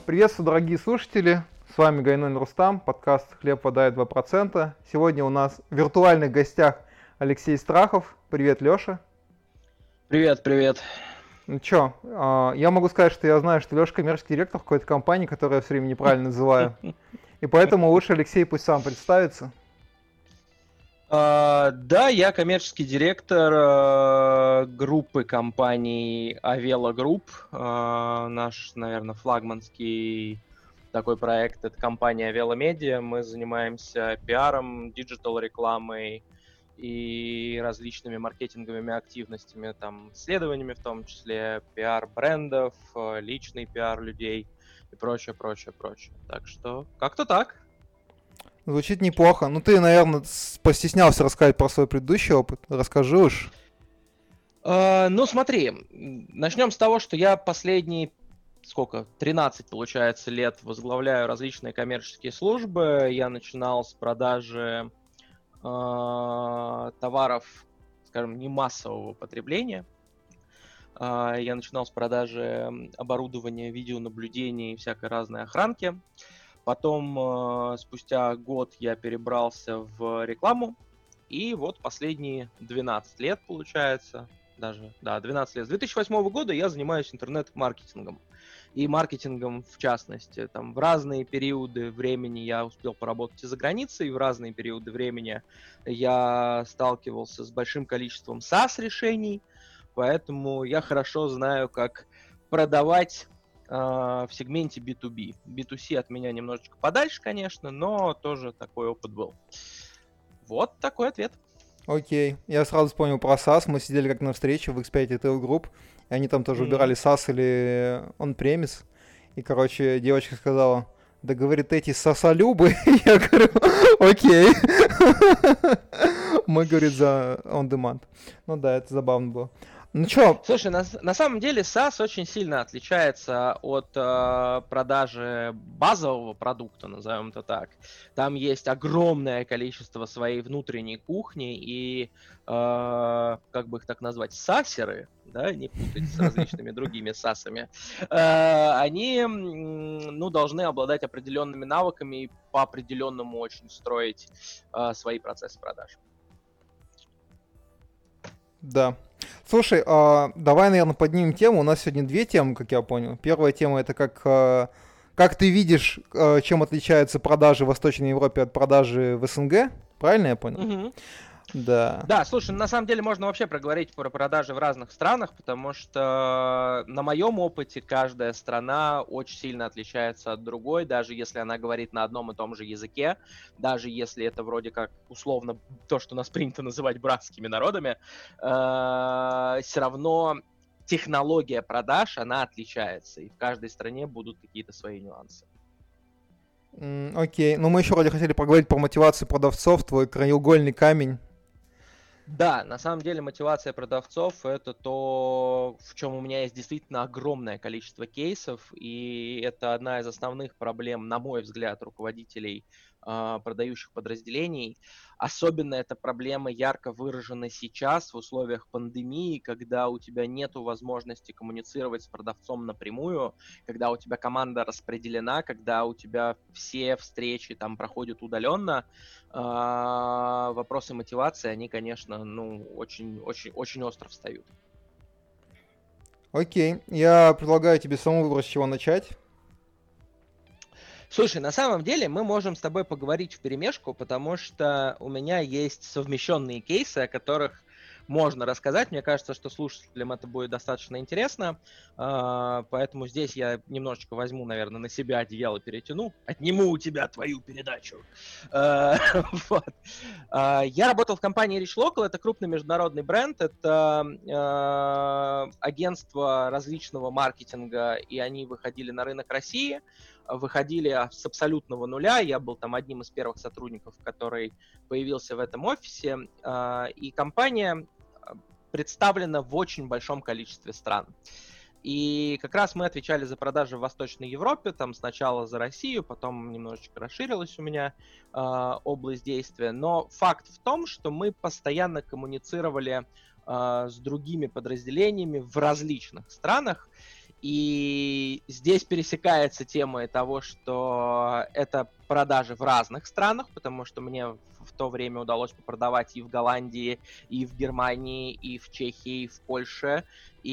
Приветствую, дорогие слушатели. С вами Гайнун Рустам, подкаст «Хлеб, вода и 2%». Сегодня у нас в виртуальных гостях Алексей Страхов. Привет, Леша. Привет, привет. Ну чё, я могу сказать, что я знаю, что Леша коммерческий директор какой-то компании, которую я все время неправильно называю. И поэтому лучше Алексей пусть сам представится. Да, я коммерческий директор группы компаний Avelo Group. Наш, наверное, флагманский такой проект — это компания Avelo Media. Мы занимаемся пиаром, диджитал-рекламой и различными маркетинговыми активностями, там, исследованиями, в том числе пиар брендов, личный пиар людей и прочее, прочее, прочее. Так что как-то так. Звучит неплохо. Ну ты, наверное, постеснялся рассказать про свой предыдущий опыт. Расскажи уж. Ну, смотри, начнем с того, что я последние, 13, получается, лет возглавляю различные коммерческие службы. Я начинал с продажи товаров, скажем, не массового потребления. Я начинал с продажи оборудования видеонаблюдения и всякой разной охранки. Потом, спустя год, я перебрался в рекламу. И вот последние 12 лет, получается, 12 лет. С 2008 года я занимаюсь интернет-маркетингом. И маркетингом в частности. Там в разные периоды времени я успел поработать и за границей, и в разные периоды времени я сталкивался с большим количеством SaaS-решений. Поэтому я хорошо знаю, как продавать в сегменте B2B. B2C от меня немножечко подальше, конечно, но тоже такой опыт был. Вот такой ответ. Окей. Я сразу вспомнил про SaaS. Мы сидели как на встрече в X5 Retail Group, и они там тоже выбирали SaaS или on-premise. И, короче, девочка сказала: да, говорит, эти сосолюбы. Я говорю, окей. Мы, говорит, за on-demand. Ну да, это забавно было. Ну чё? Слушай, на самом деле SaaS очень сильно отличается от продажи базового продукта, назовем это так. Там есть огромное количество своей внутренней кухни, и, как бы их так назвать, сасеры, да, не путать с различными другими сасами, они, ну, должны обладать определенными навыками и по определенному очень строить свои процессы продаж. Да. Слушай, давай, наверное, поднимем тему. У нас сегодня две темы, как я понял. Первая тема — это как ты видишь, чем отличаются продажи в Восточной Европе от продажи в СНГ. Правильно я понял? Угу. Да. Да, слушай, на самом деле можно вообще проговорить про продажи в разных странах, потому что на моем опыте каждая страна очень сильно отличается от другой, даже если она говорит на одном и том же языке, даже если это вроде как условно то, что нас принято называть братскими народами, все равно технология продаж, она отличается, и в каждой стране будут какие-то свои нюансы. Окей, ну мы еще вроде хотели поговорить про мотивацию продавцов, твой краеугольный камень. Да, на самом деле мотивация продавцов — это то, в чем у меня есть действительно огромное количество кейсов, и это одна из основных проблем, на мой взгляд, руководителей продающих подразделений. Особенно эта проблема ярко выражена сейчас в условиях пандемии, когда у тебя нет возможности коммуницировать с продавцом напрямую, когда у тебя команда распределена, когда у тебя все встречи там проходят удаленно. Вопросы мотивации, они, конечно, очень остро встают. Окей, я предлагаю тебе самому выбрать, с чего начать. Слушай, на самом деле мы можем с тобой поговорить вперемешку, потому что у меня есть совмещенные кейсы, о которых можно рассказать. Мне кажется, что слушателям это будет достаточно интересно. Поэтому здесь я немножечко возьму, наверное, на себя одеяло, перетяну. Отниму у тебя твою передачу. Вот. Я работал в компании Rich Local. Это крупный международный бренд. Это агентство различного маркетинга, и они выходили на рынок России. Выходили с абсолютного нуля. Я был там одним из первых сотрудников, который появился в этом офисе. И компания представлена в очень большом количестве стран. И как раз мы отвечали за продажи в Восточной Европе, там сначала за Россию, потом немножечко расширилась у меня область действия. Но факт в том, что мы постоянно коммуницировали с другими подразделениями в различных странах. И здесь пересекается тема того, что это продажи в разных странах, потому что мне в то время удалось попродавать и в Голландии, и в Германии, и в Чехии, и в Польше,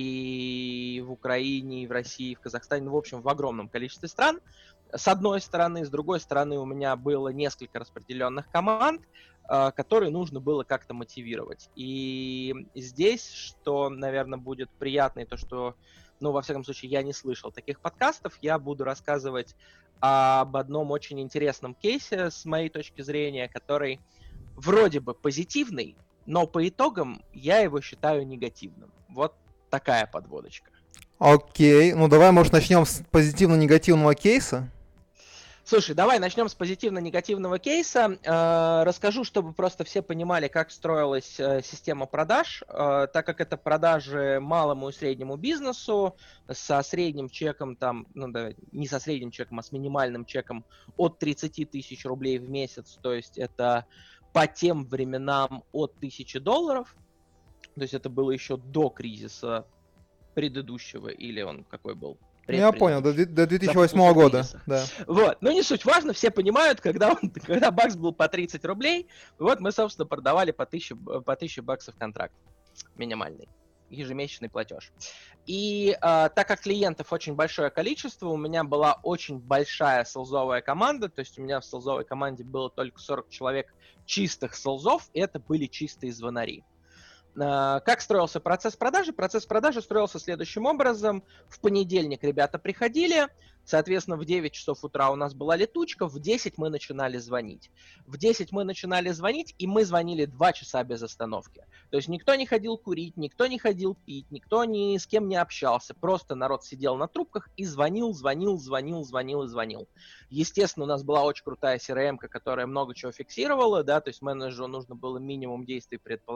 и в Украине, и в России, и в Казахстане, ну, в общем, в огромном количестве стран. С одной стороны, с другой стороны, у меня было несколько распределенных команд, которые нужно было как-то мотивировать. И здесь, что, наверное, будет приятно, и то, что, ну, во всяком случае, я не слышал таких подкастов, я буду рассказывать об одном очень интересном кейсе, с моей точки зрения, который вроде бы позитивный, но по итогам я его считаю негативным. Вот такая подводочка. Окей, ну давай, может, начнем с позитивно-негативного кейса? Слушай, давай начнем с позитивно-негативного кейса. Расскажу, чтобы просто все понимали, как строилась система продаж. Так как это продажи малому и среднему бизнесу со средним чеком, там, ну, да, не со средним чеком, а с минимальным чеком от 30 тысяч рублей в месяц. То есть это по тем временам от $1000. То есть это было еще до кризиса предыдущего, или он какой был? Я понял, до 2008 года. Да. Вот, но не суть важно, все понимают, когда бакс был по 30 рублей, вот мы, собственно, продавали по 1000 баксов контракт минимальный, ежемесячный платеж. И так как клиентов очень большое количество, у меня была очень большая селзовая команда, то есть у меня в селзовой команде было только 40 человек чистых селзов, и это были чистые звонари. Как строился процесс продажи? Процесс продажи строился следующим образом. В понедельник ребята приходили, соответственно, в 9 часов утра у нас была летучка, в 10 мы начинали звонить. В 10 мы начинали звонить, и мы звонили 2 часа без остановки. То есть никто не ходил курить, никто не ходил пить, никто ни с кем не общался. Просто народ сидел на трубках и звонил. Естественно, у нас была очень крутая CRM-ка, которая много чего фиксировала, да, то есть менеджеру нужно было минимум действий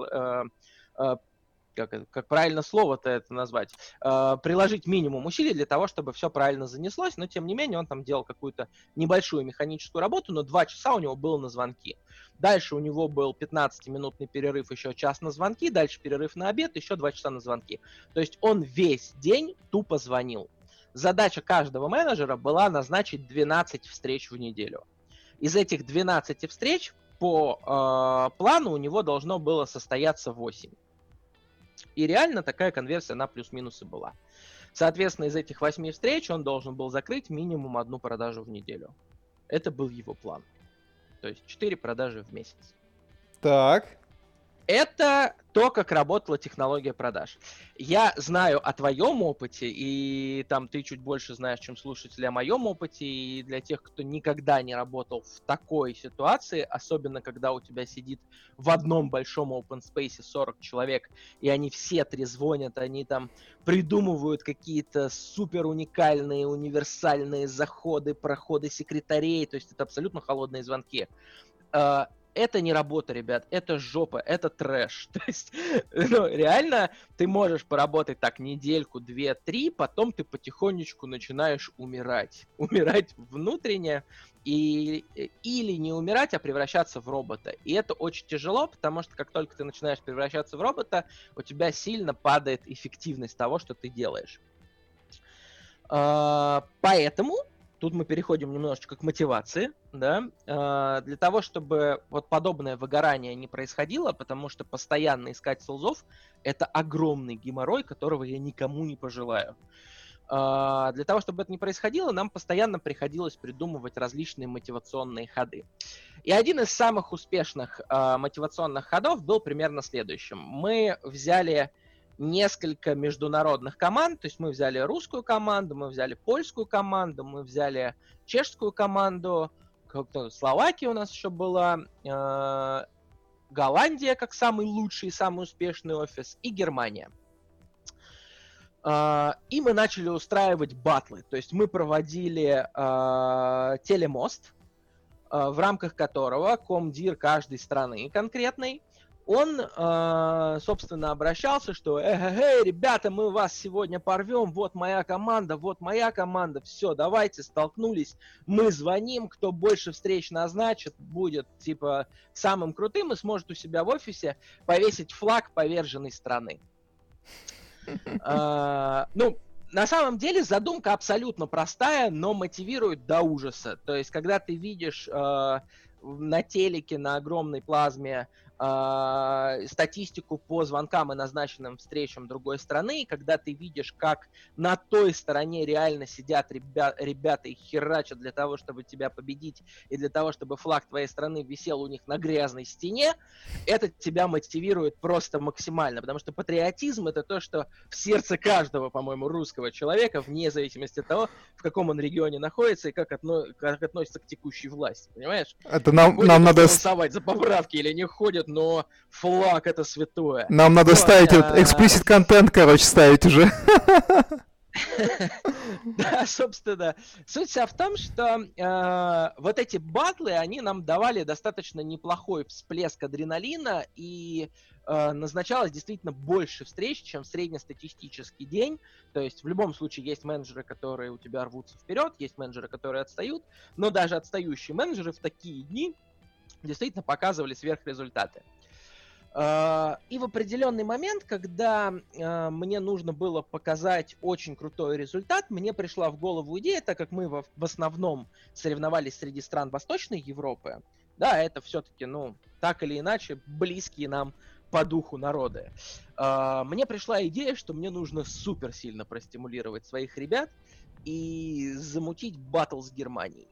как правильно слово-то это назвать, приложить минимум усилий для того, чтобы все правильно занеслось, но тем не менее он там делал какую-то небольшую механическую работу, но 2 часа у него было на звонки. Дальше у него был 15-минутный перерыв, еще час на звонки, дальше перерыв на обед, еще 2 часа на звонки. То есть он весь день тупо звонил. Задача каждого менеджера была назначить 12 встреч в неделю. Из этих 12 встреч по плану у него должно было состояться 8. И реально такая конверсия на плюс-минус и была. Соответственно, из этих 8 встреч он должен был закрыть минимум 1 продажу в неделю. Это был его план. То есть 4 продажи в месяц. Так. Это то, как работала технология продаж. Я знаю о твоем опыте, и там ты чуть больше знаешь, чем слушатели, о моем опыте, и для тех, кто никогда не работал в такой ситуации, особенно когда у тебя сидит в одном большом open space 40 человек, и они все трезвонят, они там придумывают какие-то супер уникальные, универсальные заходы, проходы секретарей, то есть это абсолютно холодные звонки. Это не работа, ребят, это жопа, это трэш. То есть, ну, реально, ты можешь поработать так недельку, 2-3, потом ты потихонечку начинаешь умирать. Умирать внутренне, или не умирать, а превращаться в робота. И это очень тяжело, потому что как только ты начинаешь превращаться в робота, у тебя сильно падает эффективность того, что ты делаешь. Поэтому тут мы переходим немножечко к мотивации, да, для того, чтобы вот подобное выгорание не происходило, потому что постоянно искать селзов – это огромный геморрой, которого я никому не пожелаю. Для того, чтобы это не происходило, нам постоянно приходилось придумывать различные мотивационные ходы. И один из самых успешных мотивационных ходов был примерно следующим. Мы взяли несколько международных команд, то есть мы взяли русскую команду, мы взяли польскую команду, мы взяли чешскую команду, Словакия у нас еще была, Голландия как самый лучший, самый успешный офис, и Германия. И мы начали устраивать батлы, то есть мы проводили телемост, в рамках которого комдир каждой страны конкретной, он, собственно, обращался, что ребята, мы вас сегодня порвем, вот моя команда, все, давайте, столкнулись, мы звоним, кто больше встреч назначит, будет, типа, самым крутым и сможет у себя в офисе повесить флаг поверженной страны. Ну, На самом деле задумка абсолютно простая, но мотивирует до ужаса. То есть, когда ты видишь на телеке, на огромной плазме статистику по звонкам и назначенным встречам другой страны, когда ты видишь, как на той стороне реально сидят ребята и херачат для того, чтобы тебя победить, и для того, чтобы флаг твоей страны висел у них на грязной стене, это тебя мотивирует просто максимально, потому что патриотизм — это то, что в сердце каждого, по-моему, русского человека, вне зависимости от того, в каком он регионе находится и как относится к текущей власти, понимаешь? Это нам надо... голосовать за поправки или не ходят, но флаг — это святое. Нам надо ставить explicit контент, короче, ставить уже. Да, собственно, суть вся в том, что вот эти батлы, они нам давали достаточно неплохой всплеск адреналина, и назначалось действительно больше встреч, чем среднестатистический день. То есть в любом случае есть менеджеры, которые у тебя рвутся вперед, есть менеджеры, которые отстают, но даже отстающие менеджеры в такие дни действительно показывали сверхрезультаты. И в определенный момент, когда мне нужно было показать очень крутой результат, мне пришла в голову идея, так как мы в основном соревновались среди стран Восточной Европы, да, это все-таки, ну, так или иначе, близкие нам по духу народы. Мне пришла идея, что мне нужно супер сильно простимулировать своих ребят и замутить баттл с Германией.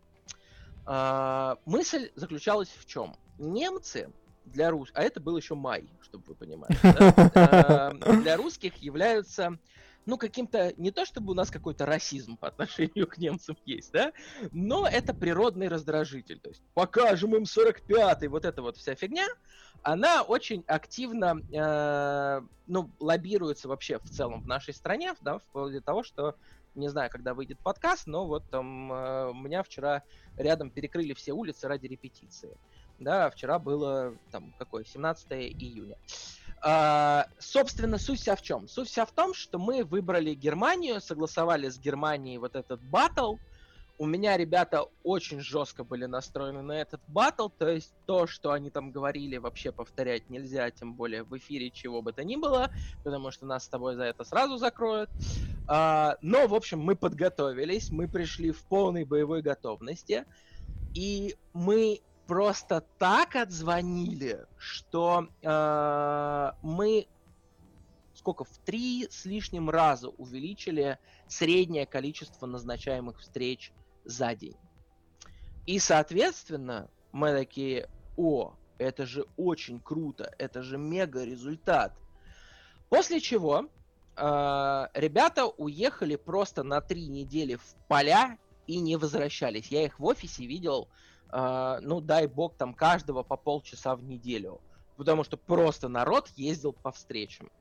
Мысль заключалась в чем? Немцы для русских, а это был еще май, чтобы вы понимали, да? Для русских являются, ну, каким-то, не то чтобы у нас какой-то расизм по отношению к немцам есть, да, но это природный раздражитель, то есть покажем им 45-й, вот эта вот вся фигня, она очень активно, ну, лоббируется вообще в целом в нашей стране, да, вплоть до того, что не знаю, когда выйдет подкаст, но вот там у меня вчера рядом перекрыли все улицы ради репетиции. Да, вчера было, там, 17 июня. Собственно, суть вся в чем? Суть вся в том, что мы выбрали Германию, согласовали с Германией вот этот баттл. У меня ребята очень жестко были настроены на этот баттл, то есть то, что они там говорили, вообще повторять нельзя, тем более в эфире чего бы то ни было, потому что нас с тобой за это сразу закроют. Но, в общем, мы подготовились, мы пришли в полной боевой готовности, и мы просто так отзвонили, что мы в 3 с лишним раза увеличили среднее количество назначаемых встреч за день. И, соответственно, мы такие: о, это же очень круто, это же мега результат. После чего ребята уехали просто на 3 недели в поля и не возвращались. Я их в офисе видел, ну, дай бог, там каждого по полчаса в неделю. Потому что просто народ ездил по встречам.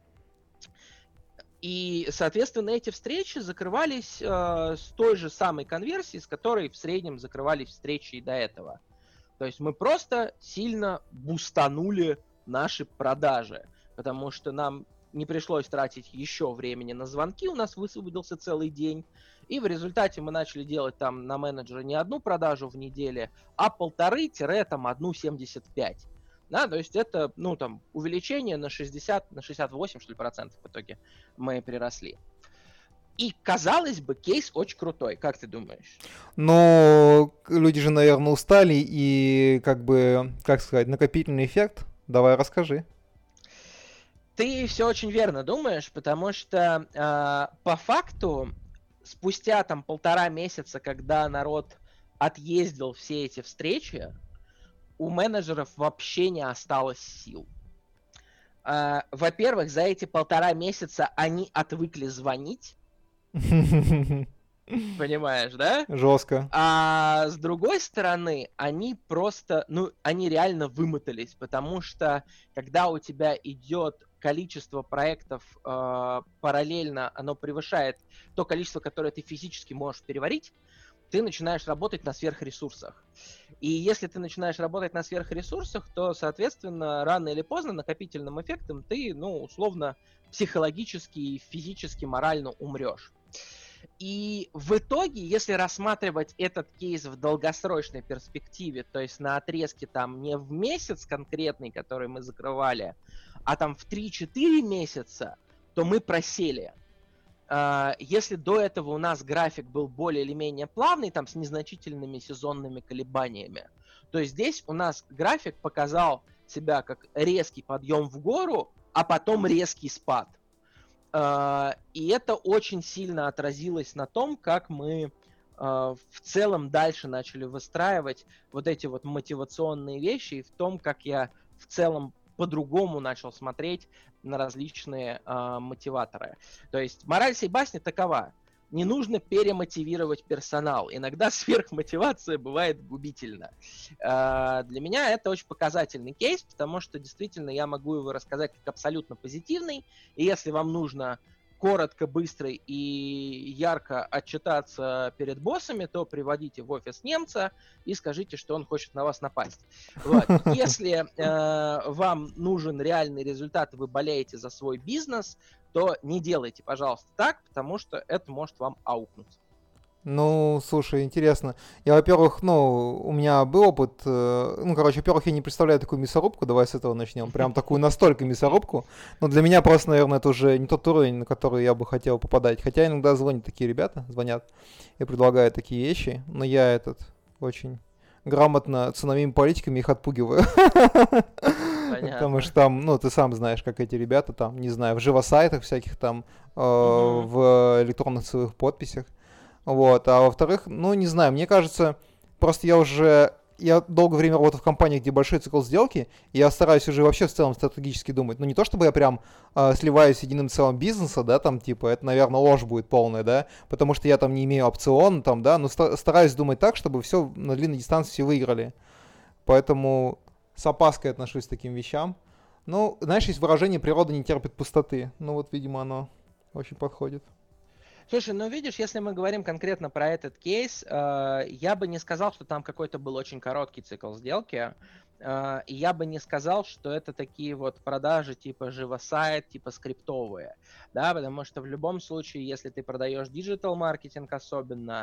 И, соответственно, эти встречи закрывались с той же самой конверсией, с которой в среднем закрывались встречи и до этого. То есть мы просто сильно бустанули наши продажи, потому что нам не пришлось тратить еще времени на звонки, у нас высвободился целый день, и в результате мы начали делать там на менеджера не одну продажу в неделю, а 1,5-1,75. Да, то есть это, ну, там, увеличение на 60, на 68, что ли, процентов в итоге мы приросли. И, казалось бы, кейс очень крутой. Как ты думаешь? Ну, люди же, наверное, устали, и, как бы, как сказать, накопительный эффект. Давай расскажи. Ты все очень верно думаешь, потому что по факту спустя там 1,5 месяца, когда народ отъездил все эти встречи, у менеджеров вообще не осталось сил. Во-первых, за эти 1,5 месяца они отвыкли звонить. Понимаешь, да? Жестко. А с другой стороны, они просто, ну, они реально вымотались, потому что когда у тебя идет количество проектов параллельно, оно превышает то количество, которое ты физически можешь переварить, ты начинаешь работать на сверхресурсах. И если ты начинаешь работать на сверхресурсах, то, соответственно, рано или поздно накопительным эффектом ты, ну, условно, психологически, физически, морально умрешь. И в итоге, если рассматривать этот кейс в долгосрочной перспективе, то есть на отрезке там не в месяц конкретный, который мы закрывали, а там в 3-4 месяца, то мы просели. Если до этого у нас график был более или менее плавный, там с незначительными сезонными колебаниями, то здесь у нас график показал себя как резкий подъем в гору, а потом резкий спад. И это очень сильно отразилось на том, как мы в целом дальше начали выстраивать вот эти вот мотивационные вещи, и в том, как я в целом по-другому начал смотреть на различные мотиваторы. То есть мораль сей басни такова. Не нужно перемотивировать персонал. Иногда сверхмотивация бывает губительна. Для меня это очень показательный кейс, потому что действительно я могу его рассказать как абсолютно позитивный. И если вам нужно коротко, быстро и ярко отчитаться перед боссами, то приводите в офис немца и скажите, что он хочет на вас напасть. Вот. Если вам нужен реальный результат, и вы болеете за свой бизнес, то не делайте, пожалуйста, так, потому что это может вам аукнуть. Ну, слушай, интересно. Я, во-первых, у меня был опыт, во-первых, я не представляю такую мясорубку, давай с этого начнем, прям такую настолько мясорубку, но для меня просто, наверное, это уже не тот уровень, на который я бы хотел попадать, хотя иногда звонят такие ребята, звонят и предлагают такие вещи, но я очень грамотно ценовыми политиками их отпугиваю. Потому что там, ты сам знаешь, как эти ребята там, не знаю, в живосайтах всяких там, в электронных цифровых подписях. Вот, а во-вторых, не знаю, мне кажется, просто я долгое время работал в компании, где большой цикл сделки, и я стараюсь уже вообще в целом стратегически думать. Не то, чтобы я прям сливаюсь с единым целым бизнеса, да, там, типа, это, наверное, ложь будет полная, да, потому что я там не имею опцион, там, да, но стараюсь думать так, чтобы все на длинной дистанции все выиграли. Поэтому с опаской отношусь к таким вещам. Знаешь, есть выражение «природа не терпит пустоты». Видимо, оно очень подходит. Слушай, видишь, если мы говорим конкретно про этот кейс, я бы не сказал, что там какой-то был очень короткий цикл сделки. И я бы не сказал, что это такие вот продажи типа живосайт, типа скриптовые. Да, потому что в любом случае, если ты продаешь диджитал-маркетинг особенно,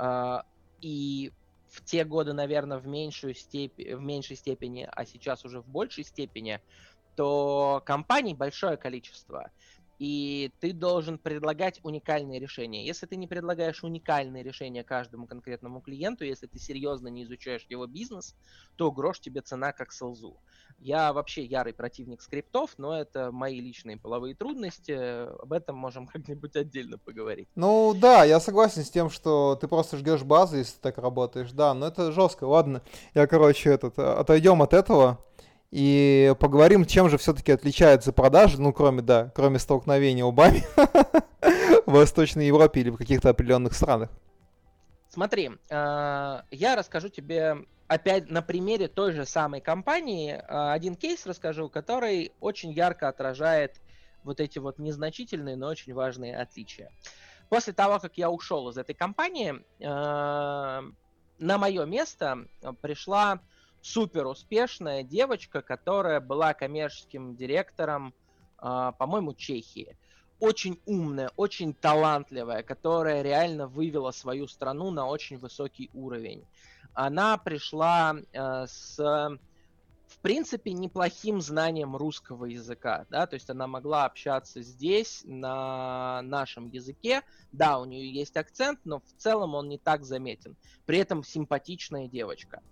и в те годы, наверное, в меньшей степени, а сейчас уже в большей степени, то компаний большое количество. И ты должен предлагать уникальные решения. Если ты не предлагаешь уникальные решения каждому конкретному клиенту, если ты серьезно не изучаешь его бизнес, то грош тебе цена как селзу. Я вообще ярый противник скриптов, но это мои личные половые трудности. Об этом можем как-нибудь отдельно поговорить. Да, я согласен с тем, что ты просто ждешь базы, если ты так работаешь. Да, но это жестко. Ладно, отойдем от этого. И поговорим, чем же все-таки отличаются продажи, кроме столкновения лбами в Восточной Европе или в каких-то определенных странах. Смотри, я расскажу тебе опять на примере той же самой компании один кейс расскажу, который очень ярко отражает вот эти вот незначительные, но очень важные отличия. После того, как я ушел из этой компании, на мое место пришла супер успешная девочка, которая была коммерческим директором, по-моему, Чехии. Очень умная, очень талантливая, которая реально вывела свою страну на очень высокий уровень. Она пришла с, в принципе, неплохим знанием русского языка, да, то есть она могла общаться здесь на нашем языке, да, у нее есть акцент, но в целом он не так заметен. При этом симпатичная девочка.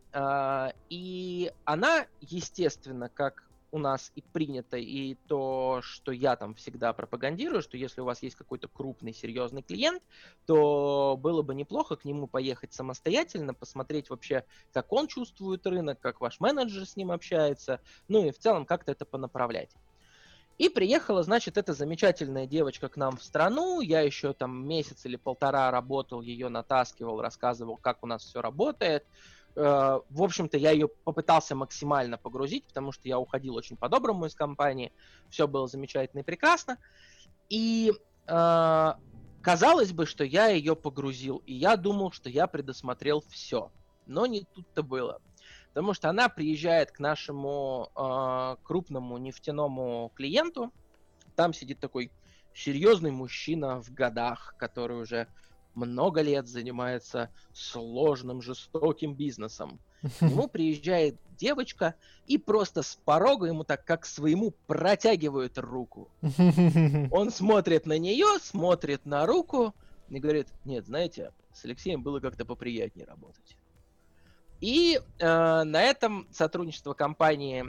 И она, естественно, как у нас и принято, и то, что я там всегда пропагандирую, что если у вас есть какой-то крупный, серьезный клиент, то было бы неплохо к нему поехать самостоятельно, посмотреть вообще, как он чувствует рынок, как ваш менеджер с ним общается, и в целом как-то это понаправлять. И приехала, значит, эта замечательная девочка к нам в страну. Я еще там месяц или полтора работал, ее натаскивал, рассказывал, как у нас все работает. В общем-то, я ее попытался максимально погрузить, потому что я уходил очень по-доброму из компании. Все было замечательно и прекрасно. И казалось бы, что я ее погрузил. И я думал, что я предусмотрел все. Но не тут-то было. Потому что она приезжает к нашему крупному нефтяному клиенту. Там сидит такой серьезный мужчина в годах, который уже много лет занимается сложным, жестоким бизнесом. К нему приезжает девочка и просто с порога ему так, как своему, протягивают руку. Он смотрит на нее, смотрит на руку и говорит: нет, знаете, с Алексеем было как-то поприятнее работать. И на этом сотрудничество компании,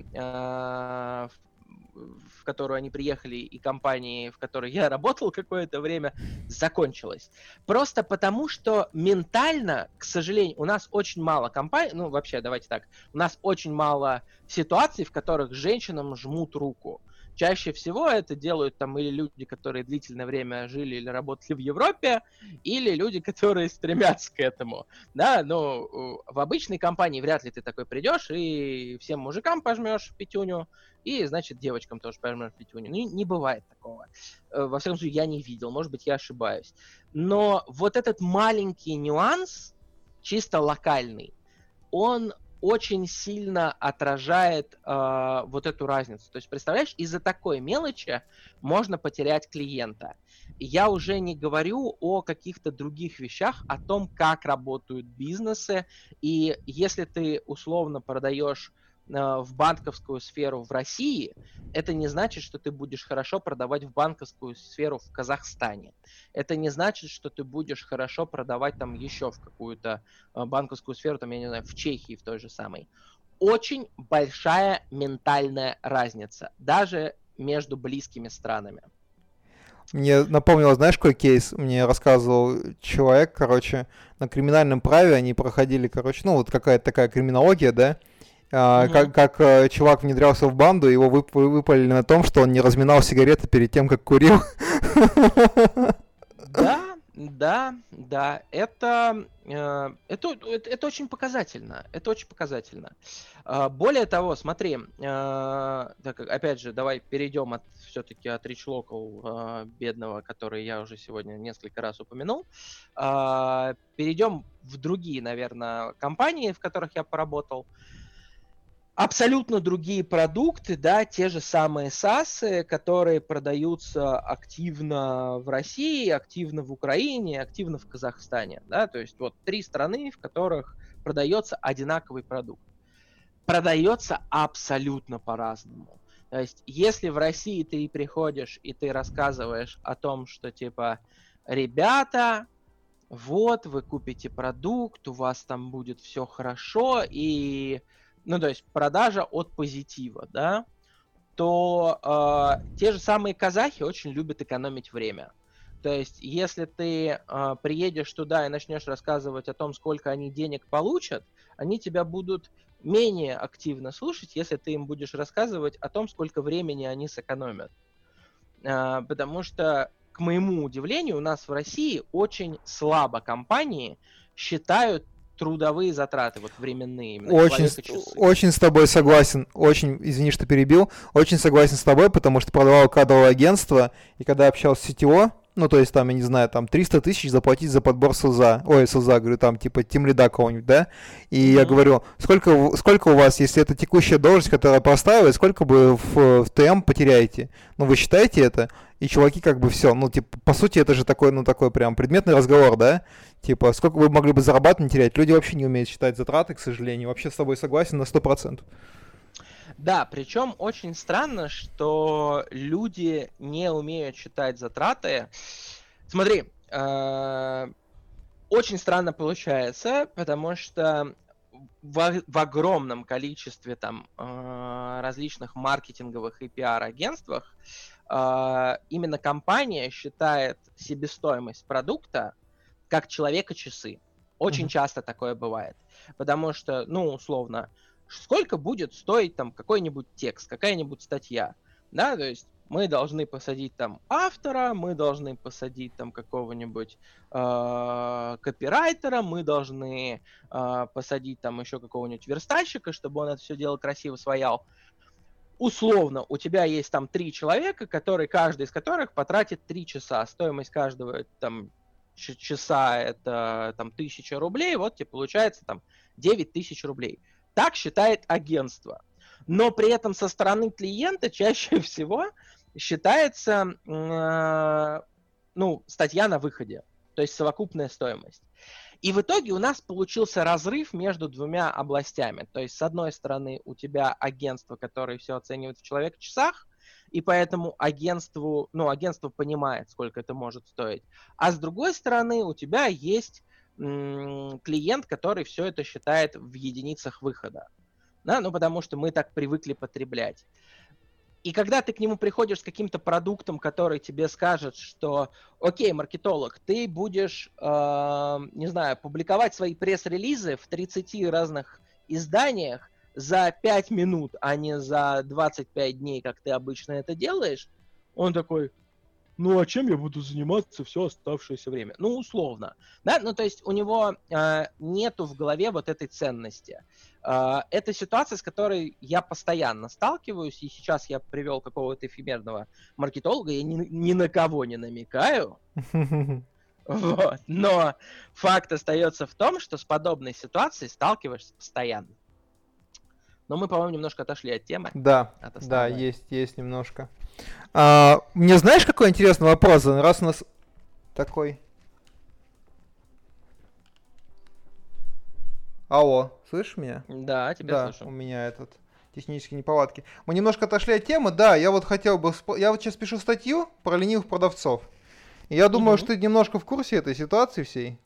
в которую они приехали, и компании, в которой я работал какое-то время, закончилось. Просто потому, что ментально, к сожалению, у нас очень мало компаний, ну вообще, давайте так, у нас очень мало ситуаций, в которых женщинам жмут руку. Чаще всего это делают там или люди, которые длительное время жили или работали в Европе, или люди, которые стремятся к этому. Да, ну, в обычной компании вряд ли ты такой придешь и всем мужикам пожмешь пятюню, и, значит, девочкам тоже пожмешь пятюню. Ну, не бывает такого. Во всяком случае, я не видел, может быть, я ошибаюсь. Но вот этот маленький нюанс, чисто локальный, он очень сильно отражает вот эту разницу. То есть, представляешь, из-за такой мелочи можно потерять клиента. И я уже не говорю о каких-то других вещах, о том, как работают бизнесы. И если ты условно продаешь в банковскую сферу в России, это не значит, что ты будешь хорошо продавать в банковскую сферу в Казахстане. Это не значит, что ты будешь хорошо продавать там еще в какую-то банковскую сферу, там, я не знаю, в Чехии в той же самой. Очень большая ментальная разница, даже между близкими странами. Мне напомнило, знаешь, какой кейс? Мне рассказывал человек, короче, на криминальном праве они проходили, короче, ну вот какая-то такая криминология, да? Как чувак внедрялся в банду, его выпалили на том, что он не разминал сигареты перед тем, как курил. Да, это очень показательно. Это очень показательно. Более того, смотри, опять же, давай перейдем все-таки от Rich Local бедного, который я уже сегодня несколько раз упомянул. Перейдем в другие, наверное, компании, в которых я поработал. Абсолютно другие продукты, да, те же самые SaaS, которые продаются активно в России, активно в Украине, активно в Казахстане, да, то есть вот 3 страны, в которых продается одинаковый продукт. Продается абсолютно по-разному. То есть если в России ты приходишь и ты рассказываешь о том, что типа, ребята, вот вы купите продукт, у вас там будет все хорошо, и ну, то есть продажа от позитива, да, то те же самые казахи очень любят экономить время. То есть, если ты приедешь туда и начнешь рассказывать о том, сколько они денег получат, они тебя будут менее активно слушать, если ты им будешь рассказывать о том, сколько времени они сэкономят. Потому что, к моему удивлению, у нас в России очень слабо компании считают трудовые затраты, вот временные, именно очень с тобой согласен, очень, извини, что перебил, очень согласен с тобой, потому что продавал кадровое агентство, и когда общался с CTO, ну, то есть, там, я не знаю, там, 300 тысяч заплатить за подбор СЛЗа, говорю, там, типа, тимлида кого-нибудь, да, и я говорю, сколько у вас, если это текущая должность, которая простаивает, сколько бы в ТМ потеряете? Ну, вы считаете это? И чуваки как бы все, ну, типа, по сути, это же такой, ну, такой прям предметный разговор, да? Типа, сколько вы могли бы зарабатывать, не терять? Люди вообще не умеют считать затраты, к сожалению. Вообще с тобой согласен на 100%. Да, причем очень странно, что люди не умеют считать затраты. Смотри, очень странно получается, потому что в огромном количестве там различных маркетинговых и пиар-агентствах именно компания считает себестоимость продукта как человека-часы. Очень часто такое бывает. Потому что, ну, условно, сколько будет стоить там какой-нибудь текст, какая-нибудь статья, да, то есть мы должны посадить там автора, мы должны посадить там какого-нибудь копирайтера, мы должны посадить там еще какого-нибудь верстальщика, чтобы он это все дело красиво своял. Условно, у тебя есть там 3 человека, каждый из которых потратит 3 часа. Стоимость каждого там часа это там 1000 рублей, вот тебе получается там 9000 рублей. Так считает агентство. Но при этом со стороны клиента чаще всего считается, ну, статья на выходе. то есть совокупная стоимость. И в итоге у нас получился разрыв между двумя областями. То есть, с одной стороны, у тебя агентство, которое все оценивает в человек-часах, и поэтому агентство понимает, сколько это может стоить. А с другой стороны, у тебя есть клиент, который все это считает в единицах выхода. Да? Ну, потому что мы так привыкли потреблять. И когда ты к нему приходишь с каким-то продуктом, который тебе скажет, что, окей, маркетолог, ты будешь, не знаю, публиковать свои пресс-релизы в 30 разных изданиях за 5 минут, а не за 25 дней, как ты обычно это делаешь, он такой, ну а чем я буду заниматься все оставшееся время? Ну, условно. Да? Ну, то есть у него нету в голове вот этой ценности. Это ситуация, с которой я постоянно сталкиваюсь, и сейчас я привел какого-то эфемерного маркетолога, я ни на кого не намекаю, вот. Но факт остается в том, что с подобной ситуацией сталкиваешься постоянно. Но мы, по-моему, немножко отошли от темы. Да, есть немножко. Мне знаешь, какой интересный вопрос? Раз у нас такой... Алло, слышишь меня? Да, тебя слышу. Да, у меня технические неполадки. Мы немножко отошли от темы. Да, я вот хотел бы... Я вот сейчас пишу статью про ленивых продавцов. И я думаю, что ты немножко в курсе этой ситуации всей.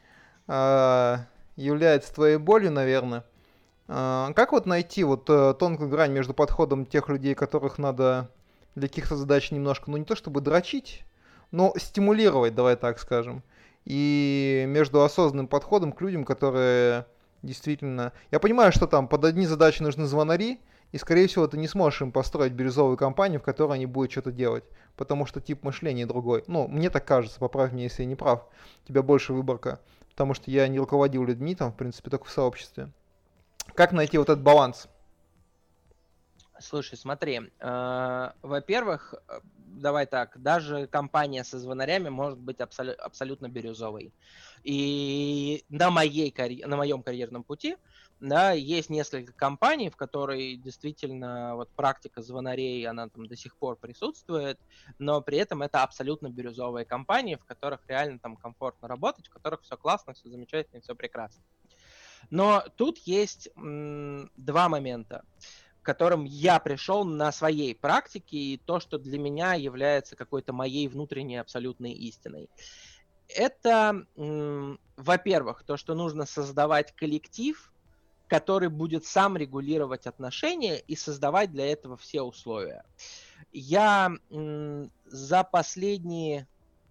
Является твоей болью, наверное. Как вот найти вот тонкую грань между подходом тех людей, которых надо для каких-то задач немножко, ну не то чтобы дрочить, но стимулировать, давай так скажем, и между осознанным подходом к людям, которые действительно... Я понимаю, что там под одни задачи нужны звонари, и, скорее всего, ты не сможешь им построить бирюзовую компанию, в которой они будут что-то делать, потому что тип мышления другой. Ну, мне так кажется, поправь меня, если я не прав. У тебя больше выборка, потому что я не руководил людьми там, в принципе, только в сообществе. Как найти вот этот баланс? Слушай, смотри, во-первых, давай так, даже компания со звонарями может быть абсолютно бирюзовой. И на моем карьерном пути, да, есть несколько компаний, в которой действительно вот практика звонарей, она там до сих пор присутствует, но при этом это абсолютно бирюзовые компании, в которых реально там комфортно работать, в которых все классно, все замечательно, все прекрасно. Но тут есть два момента, к которым я пришел на своей практике, и то, что для меня является какой-то моей внутренней абсолютной истиной. Это, во-первых, то, что нужно создавать коллектив, который будет сам регулировать отношения и создавать для этого все условия. Я за последние,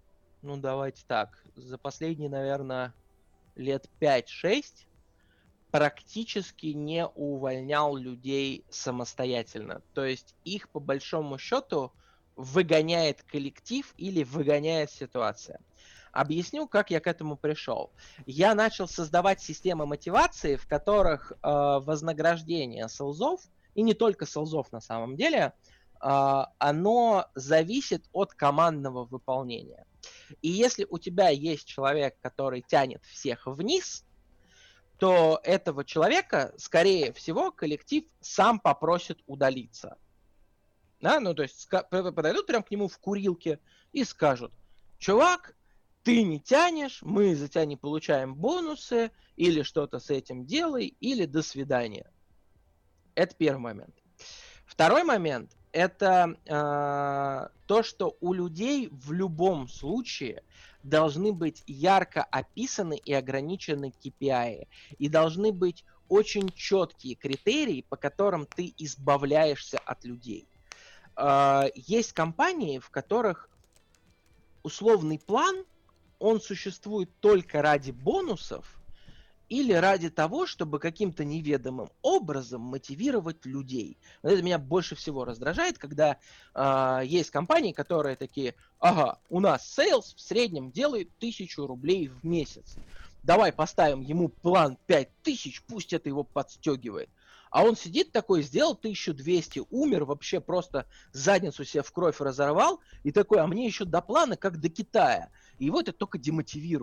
наверное, лет 5-6 практически не увольнял людей самостоятельно. То есть их, по большому счету, выгоняет коллектив или выгоняет ситуация. Объясню, как я к этому пришел. Я начал создавать системы мотивации, в которых вознаграждение селзов, и не только селзов на самом деле, оно зависит от командного выполнения. И если у тебя есть человек, который тянет всех вниз, то этого человека, скорее всего, коллектив сам попросит удалиться. Да? Ну, то есть подойдут прям к нему в курилке и скажут: чувак, ты не тянешь, мы за тебя не получаем бонусы, или что-то с этим делай, или до свидания. Это первый момент. Второй момент – это то, что у людей в любом случае должны быть ярко описаны и ограничены KPI. И должны быть очень четкие критерии, по которым ты избавляешься от людей. Есть компании, в которых условный план, он существует только ради бонусов или ради того, чтобы каким-то неведомым образом мотивировать людей. Вот это меня больше всего раздражает, когда есть компании, которые такие: ага, у нас сейлс в среднем делает 1000 рублей в месяц. Давай поставим ему план 5000, пусть это его подстегивает. А он сидит такой, сделал 1200, умер, вообще просто задницу себе в кровь разорвал, и такой: а мне еще до плана, как до Китая. И его это только демотивирует.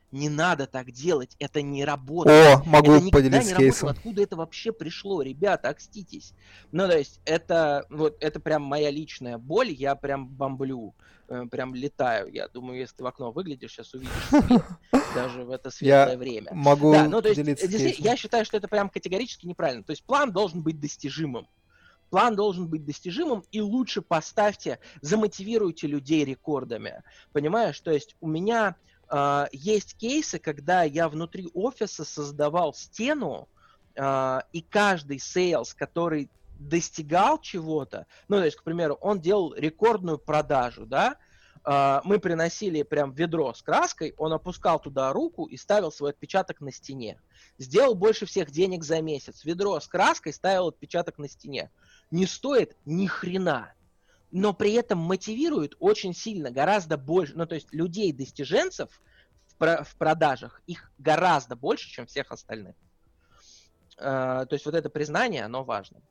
Не надо так делать, это не работает. О, могу Это никогда поделиться не работало. кейсом. Откуда это вообще пришло? Ребята, окститесь. Ну, то есть, это прям моя личная боль, я прям бомблю, прям летаю. Я думаю, если ты в окно выглядишь, сейчас увидишь свет, даже в это светлое Я время. Да, могу ну, то есть, поделиться действительно, кейсом. я считаю, что это прям категорически неправильно. То есть, план должен быть достижимым. План должен быть достижимым, и лучше поставьте, замотивируйте людей рекордами. Понимаешь? То есть у меня есть кейсы, когда я внутри офиса создавал стену, и каждый сейлс, который достигал чего-то, ну, то есть, к примеру, он делал рекордную продажу, да, мы приносили прям ведро с краской, он опускал туда руку и ставил свой отпечаток на стене. Сделал больше всех денег за месяц. Ведро с краской ставил отпечаток на стене. Не стоит ни хрена, но при этом мотивирует очень сильно, гораздо больше, ну, то есть людей-достиженцев в продажах, их гораздо больше, чем всех остальных. То есть вот это признание, оно важно.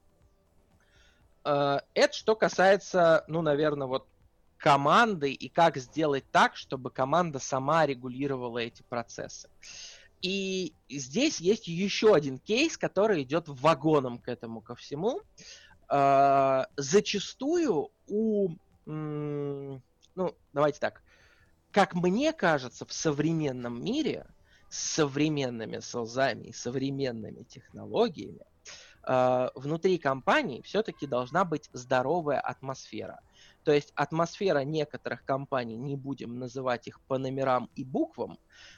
Это что касается, ну, наверное, вот команды и как сделать так, чтобы команда сама регулировала эти процессы. И здесь есть еще один кейс, который идет вагоном к этому ко всему. Зачастую ну, давайте так, как мне кажется, в современном мире с современными селзами и современными технологиями внутри компании все-таки должна быть здоровая атмосфера. То есть атмосфера некоторых компаний, не будем называть их по номерам и буквам,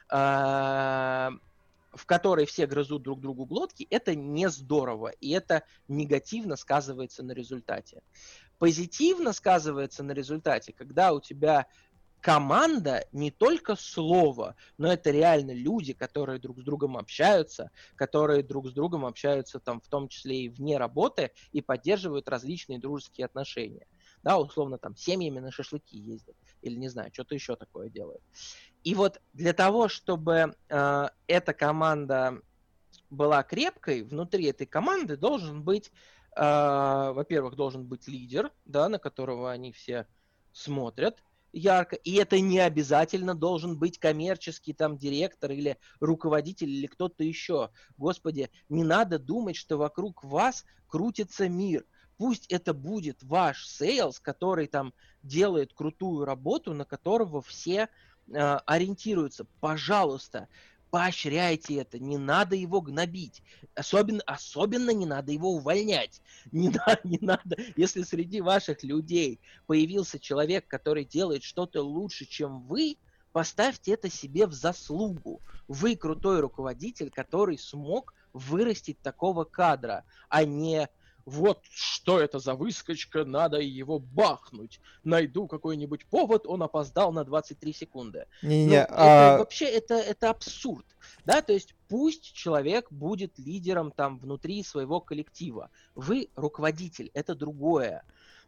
в которой все грызут друг другу глотки, это не здорово, и это негативно сказывается на результате. Позитивно сказывается на результате, когда у тебя команда не только слово, но это реально люди, которые друг с другом общаются, которые друг с другом общаются там в том числе и вне работы и поддерживают различные дружеские отношения. Да, условно там семьями на шашлыки ездят или не знаю, что-то еще такое делают. И вот для того, чтобы эта команда была крепкой, внутри этой команды должен быть, во-первых, должен быть лидер, да, на которого они все смотрят ярко, и это не обязательно должен быть коммерческий там директор или руководитель или кто-то еще. Господи, не надо думать, что вокруг вас крутится мир. Пусть это будет ваш сейлс, который там делает крутую работу, на которого все ориентируются. Пожалуйста, поощряйте это, не надо его гнобить. Особенно не надо его увольнять. Не надо, если среди ваших людей появился человек, который делает что-то лучше, чем вы, поставьте это себе в заслугу. Вы крутой руководитель, который смог вырастить такого кадра, а не вот что это за выскочка, надо его бахнуть. Найду какой-нибудь повод, он опоздал на 23 секунды. Не-не-не, Ну, это вообще, это абсурд. Да, то есть пусть человек будет лидером там внутри своего коллектива. Вы руководитель, это другое.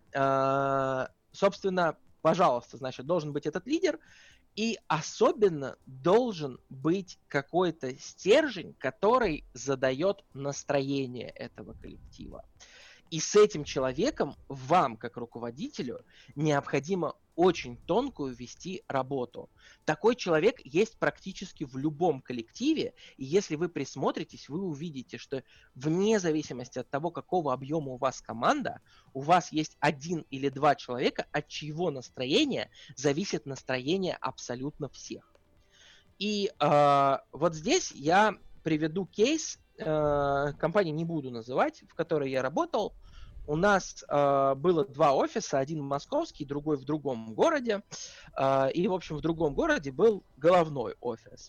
Собственно, пожалуйста, значит, должен быть этот лидер, и особенно должен быть какой-то стержень, который задает настроение этого коллектива. И с этим человеком вам, как руководителю, необходимо очень тонкую вести работу. Такой человек есть практически в любом коллективе, и если вы присмотритесь, вы увидите, что вне зависимости от того, какого объема у вас команда, у вас есть один или два человека, от чьего настроения зависит настроение абсолютно всех. И вот здесь я приведу кейс, компании не буду называть, в которой я работал. У нас было два офиса, один московский, другой в другом городе. И, в общем, в другом городе был головной офис.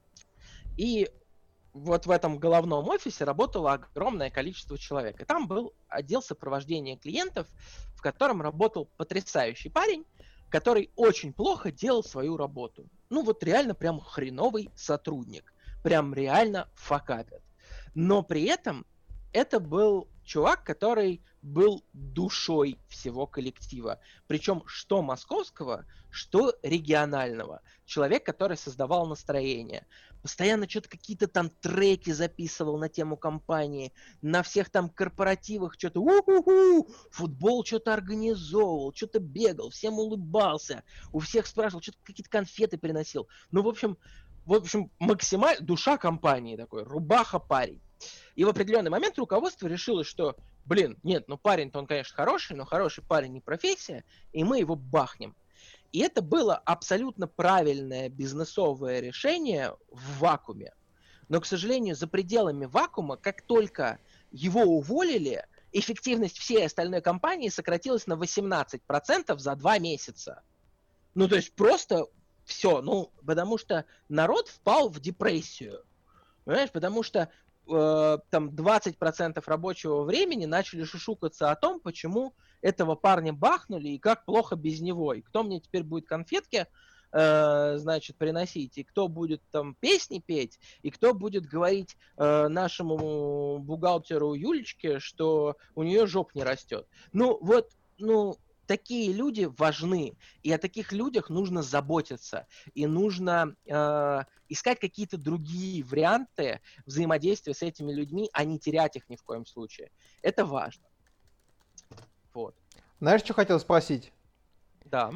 И вот в этом головном офисе работало огромное количество человек. И там был отдел сопровождения клиентов, в котором работал потрясающий парень, который очень плохо делал свою работу. Ну вот реально прям хреновый сотрудник. Прям реально факапит. Но при этом это был чувак, который был душой всего коллектива. Причем что московского, что регионального. Человек, который создавал настроение. Постоянно что-то какие-то там треки записывал на тему компании. На всех там корпоративах что-то у-ху-ху, футбол что-то организовывал, что-то бегал, всем улыбался. У всех спрашивал, что-то какие-то конфеты приносил. Ну, в общем, в общем, максимально душа компании такой, рубаха парень. И в определенный момент руководство решило, что, блин, нет, ну парень-то он, конечно, хороший, но хороший парень не профессия, и мы его бахнем. И это было абсолютно правильное бизнесовое решение в вакууме. Но, к сожалению, за пределами вакуума, как только его уволили, эффективность всей остальной компании сократилась на 18% за 2 месяца. Ну, то есть просто все. Ну, потому что народ впал в депрессию. Понимаешь, потому что там 20% рабочего времени начали шушукаться о том, почему этого парня бахнули и как плохо без него. И кто мне теперь будет конфетки, значит, приносить, и кто будет там песни петь, и кто будет говорить нашему бухгалтеру Юлечке, что у нее жоп не растет. Ну, вот, ну, такие люди важны, и о таких людях нужно заботиться, и нужно искать какие-то другие варианты взаимодействия с этими людьми, а не терять их ни в коем случае. Это важно. Вот. Знаешь, что хотел спросить? Да.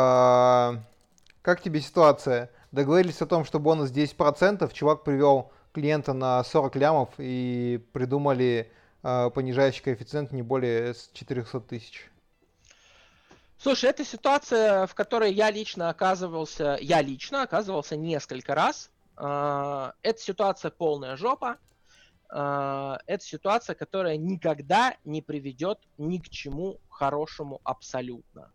Как тебе ситуация? Договорились о том, что бонус 10%, чувак привел клиента на 40 лямов и придумали понижающий коэффициент не более 400 тысяч. Слушай, это ситуация, в которой я лично оказывался несколько раз. Это ситуация полная жопа. Это ситуация, которая никогда не приведет ни к чему хорошему абсолютно.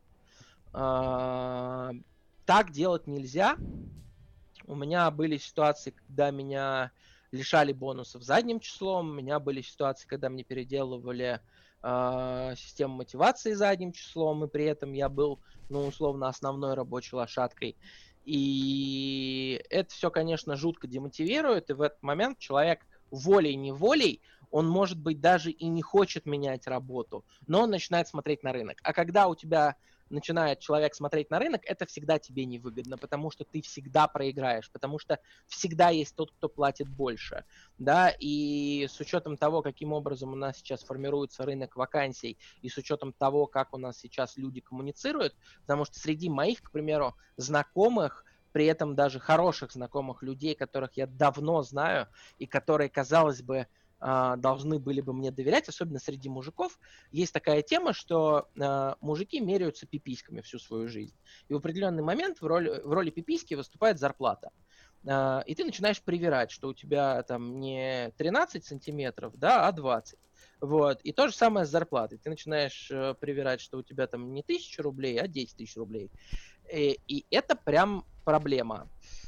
Так делать нельзя. У меня были ситуации, когда меня лишали бонусов задним числом. У меня были ситуации, когда мне переделывали систему мотивации задним числом, и при этом я был, ну, условно, основной рабочей лошадкой. И это все, конечно, жутко демотивирует, и в этот момент человек волей-неволей, он, может быть, даже и не хочет менять работу, но он начинает смотреть на рынок. А когда у тебя начинает человек смотреть на рынок, это всегда тебе невыгодно, потому что ты всегда проиграешь, потому что всегда есть тот, кто платит больше, да, и с учетом того, каким образом у нас сейчас формируется рынок вакансий, и с учетом того, как у нас сейчас люди коммуницируют, потому что среди моих, к примеру, знакомых, при этом даже хороших знакомых людей, которых я давно знаю, и которые, казалось бы, должны были бы мне доверять, особенно среди мужиков, есть такая тема, что мужики меряются пиписьками всю свою жизнь. И в определенный момент в роли пиписьки выступает зарплата. И ты начинаешь привирать, что у тебя там не 13 сантиметров, да, а 20. Вот. И то же самое с зарплатой. Ты начинаешь привирать, что у тебя там не 1000 рублей, а 10 тысяч рублей. И это прям проблема.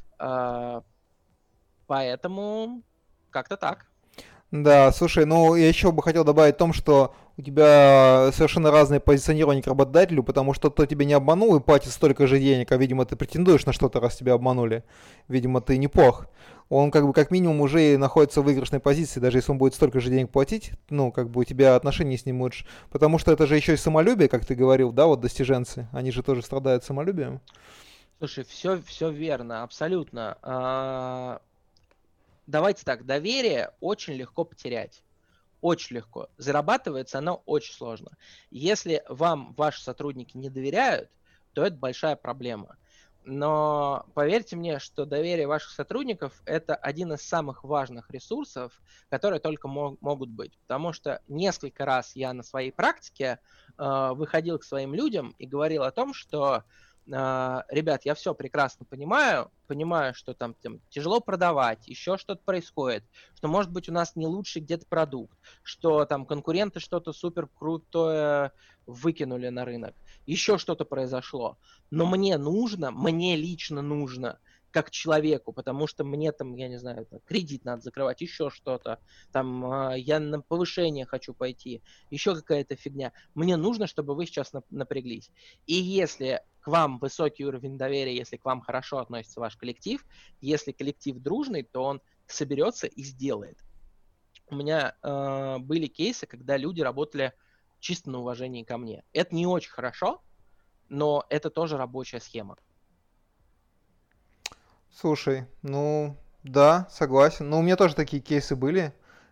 Поэтому как-то так. Да, слушай, ну я еще бы хотел добавить в том, что у тебя совершенно разное позиционирование к работодателю, потому что тот тебя не обманул и платит столько же денег, а, видимо, ты претендуешь на что-то, раз тебя обманули. Видимо, ты неплох. Он как бы как минимум уже находится в выигрышной позиции, даже если он будет столько же денег платить, ну, как бы у тебя отношения с ним лучше. Потому что это же еще и самолюбие, как ты говорил, да, вот достиженцы, они же тоже страдают самолюбием. Слушай, все верно, абсолютно. Давайте так, доверие очень легко потерять. Очень легко. Зарабатывается оно очень сложно. Если вам ваши сотрудники не доверяют, то это большая проблема. Но поверьте мне, что доверие ваших сотрудников – это один из самых важных ресурсов, которые только могут быть. Потому что несколько раз я на своей практике выходил к своим людям и говорил о том, что ребят, я все прекрасно понимаю, что там тяжело продавать, еще что-то происходит, что, может быть, у нас не лучший где-то продукт, что там конкуренты что-то супер крутое выкинули на рынок, еще что-то произошло. Но мне лично нужно, как человеку, потому что мне там, я не знаю, кредит надо закрывать, еще что-то, там я на повышение хочу пойти, еще какая-то фигня. Мне нужно, чтобы вы сейчас напряглись. И если к вам высокий уровень доверия, если к вам хорошо относится ваш коллектив, если коллектив дружный, то он соберется и сделает. У меня были кейсы, когда люди работали чисто на уважении ко мне. Это не очень хорошо, но это тоже рабочая схема. Слушай, ну да, согласен. Ну, у меня тоже такие кейсы были.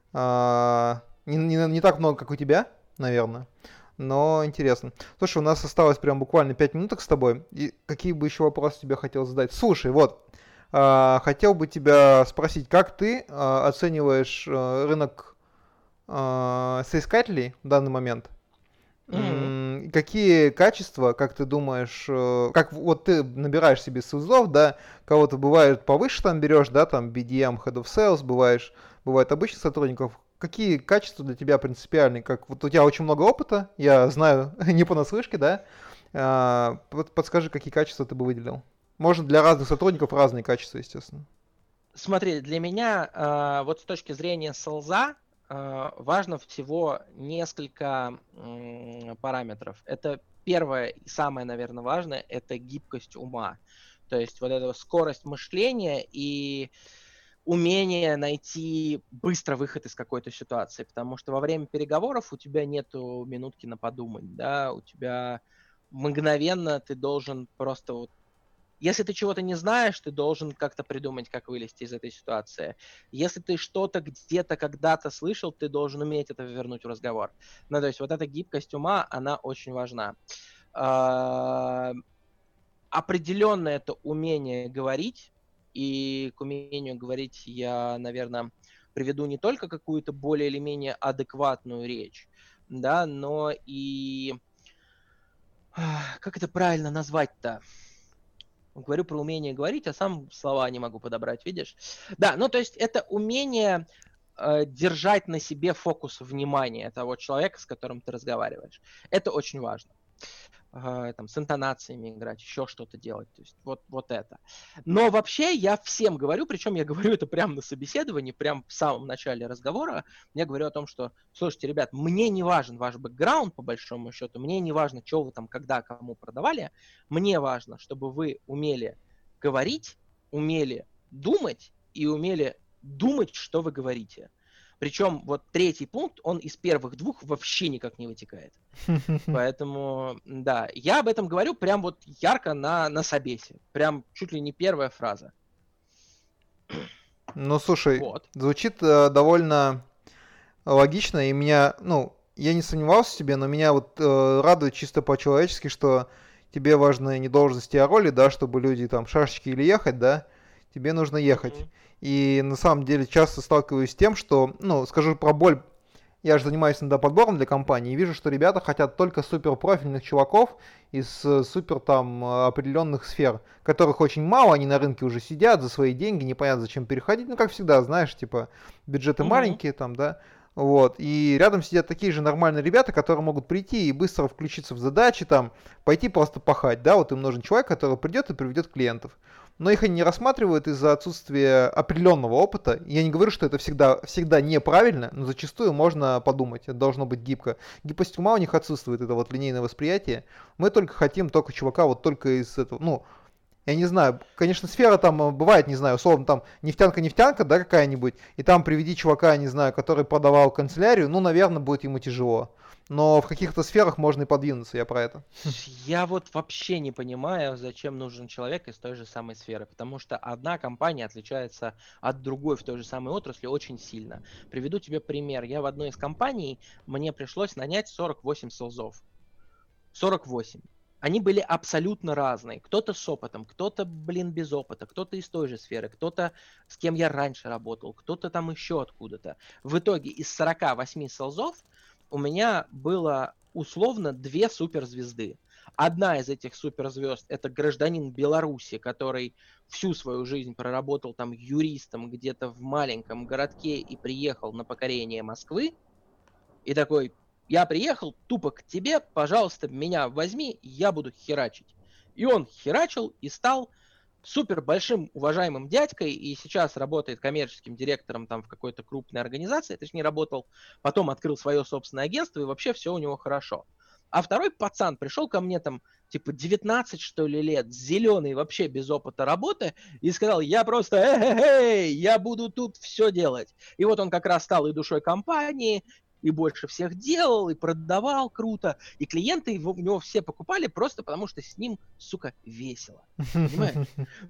Не так много, как у тебя, наверное. Но интересно. Слушай, у нас осталось прям буквально 5 минуток с тобой. И какие бы еще вопросы тебе хотел задать? Слушай, вот, Хотел бы тебя спросить, как ты оцениваешь рынок соискателей в данный момент? Какие качества, как ты думаешь, как вот ты набираешь себе селзов, да, кого-то бывает повыше там берешь, да, там BDM, Head of Sales, бывает обычных сотрудников. Какие качества для тебя принципиальны? Как вот у тебя очень много опыта, я знаю не понаслышке, да. Подскажи, какие качества ты бы выделил? Может, для разных сотрудников разные качества, естественно. Смотри, для меня вот с точки зрения селза важно всего несколько параметров. Это первое и самое, наверное, важное, это гибкость ума. То есть вот эта скорость мышления и умение найти быстро выход из какой-то ситуации, потому что во время переговоров у тебя нету минутки на подумать, да, у тебя мгновенно ты должен просто вот если ты чего-то не знаешь, ты должен как-то придумать, как вылезти из этой ситуации. Если ты что-то где-то когда-то слышал, ты должен уметь это вернуть в разговор. Ну, то есть вот эта гибкость ума, она очень важна. Определенно это умение говорить, и к умению говорить я, наверное, приведу не только какую-то более или менее адекватную речь, да, но и как это правильно назвать-то? Говорю про умение говорить, а сам слова не могу подобрать, видишь? Да, ну то есть это умение держать на себе фокус внимания того человека, с которым ты разговариваешь. Это очень важно. Там, с интонациями играть, еще что-то делать. То есть вот это. Но вообще я всем говорю, причем я говорю это прямо на собеседовании, прямо в самом начале разговора. Я говорю о том, что, слушайте, ребят, мне не важен ваш бэкграунд, по большому счету, мне не важно, что вы там, когда, кому продавали, мне важно, чтобы вы умели говорить, умели думать и умели думать, что вы говорите. Причем вот третий пункт, он из первых двух вообще никак не вытекает. Поэтому, да, я об этом говорю прям вот ярко на собесе. Прям чуть ли не первая фраза. Ну, слушай, Вот. звучит довольно логично, и меня, ну, я не сомневался в тебе, но меня вот радует чисто по-человечески, что тебе важны не должности, а роли, да, чтобы люди там шашечки или ехать, да, тебе нужно ехать. И на самом деле часто сталкиваюсь с тем, что, ну, скажу про боль, я же занимаюсь иногда подбором для компании и вижу, что ребята хотят только суперпрофильных чуваков из супер там определенных сфер, которых очень мало, они на рынке уже сидят за свои деньги, непонятно зачем переходить, ну как всегда, знаешь, типа бюджеты маленькие там, да, вот, и рядом сидят такие же нормальные ребята, которые могут прийти и быстро включиться в задачи, там, пойти просто пахать, да, вот им нужен человек, который придет и приведет клиентов. Но их они не рассматривают из-за отсутствия определенного опыта. Я не говорю, что это всегда неправильно, но зачастую можно подумать, это должно быть гибко. Гибкость ума у них отсутствует, это вот линейное восприятие. Мы только хотим только чувака вот только из этого, ну, я не знаю, конечно, сфера там бывает, не знаю, условно, там нефтянка, да, какая-нибудь, и там приведи чувака, не знаю, который продавал канцелярию, ну, наверное, будет ему тяжело. Но в каких-то сферах можно и подвинуться, я про это. Я вот вообще не понимаю, зачем нужен человек из той же самой сферы, потому что одна компания отличается от другой в той же самой отрасли очень сильно. Приведу тебе пример. Я в одной из компаний, мне пришлось нанять 48 селзов. 48. Они были абсолютно разные. Кто-то с опытом, кто-то, без опыта, кто-то из той же сферы, кто-то с кем я раньше работал, кто-то там еще откуда-то. В итоге из 48 селзов у меня было условно 2 суперзвезды. Одна из этих суперзвезд – это гражданин Беларуси, который всю свою жизнь проработал там юристом где-то в маленьком городке и приехал на покорение Москвы. И такой: я приехал тупо к тебе, пожалуйста, меня возьми, я буду херачить. И он херачил и стал супер большим уважаемым дядькой, и сейчас работает коммерческим директором там в какой-то крупной организации, точнее работал, потом открыл свое собственное агентство, и вообще все у него хорошо. А второй пацан пришел ко мне там, типа 19, что ли, лет, зеленый, вообще без опыта работы, и сказал: я просто, я буду тут все делать. И вот он как раз стал и душой компании, и больше всех делал, и продавал круто, и клиенты его, у него все покупали просто потому, что с ним, сука, весело. Понимаешь?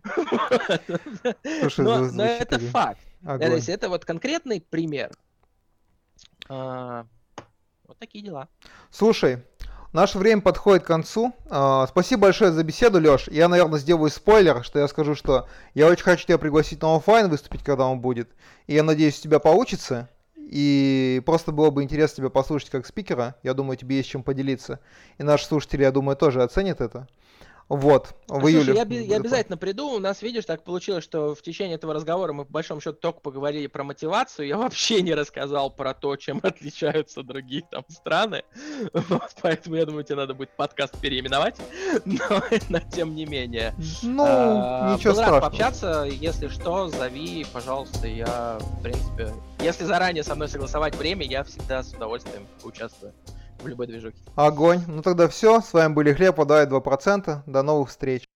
Но это факт. Это вот конкретный пример. Вот такие дела. Слушай, Наше время подходит к концу. Спасибо большое за беседу, Лёш. Я, наверное, сделаю спойлер, что я скажу, что я очень хочу тебя пригласить на оффлайн выступить, когда он будет. И я надеюсь, у тебя получится. И просто было бы интересно тебя послушать как спикера. Я думаю, тебе есть чем поделиться. И наши слушатели, я думаю, тоже оценят это. Вот, в июле. Слушай, я обязательно приду. У нас, видишь, так получилось, что в течение этого разговора мы, по большому счету, только поговорили про мотивацию. Я вообще не рассказал про то, чем отличаются другие там страны. Вот, поэтому, я думаю, тебе надо будет подкаст переименовать. Но тем не менее. Ну, ничего был рад страшного. пообщаться. Если что, зови, пожалуйста. Я, в принципе, если заранее со мной согласовать время, я всегда с удовольствием поучаствую в любой движухе. Огонь. Ну тогда все. С вами были Глеб, Давай 2%. До новых встреч.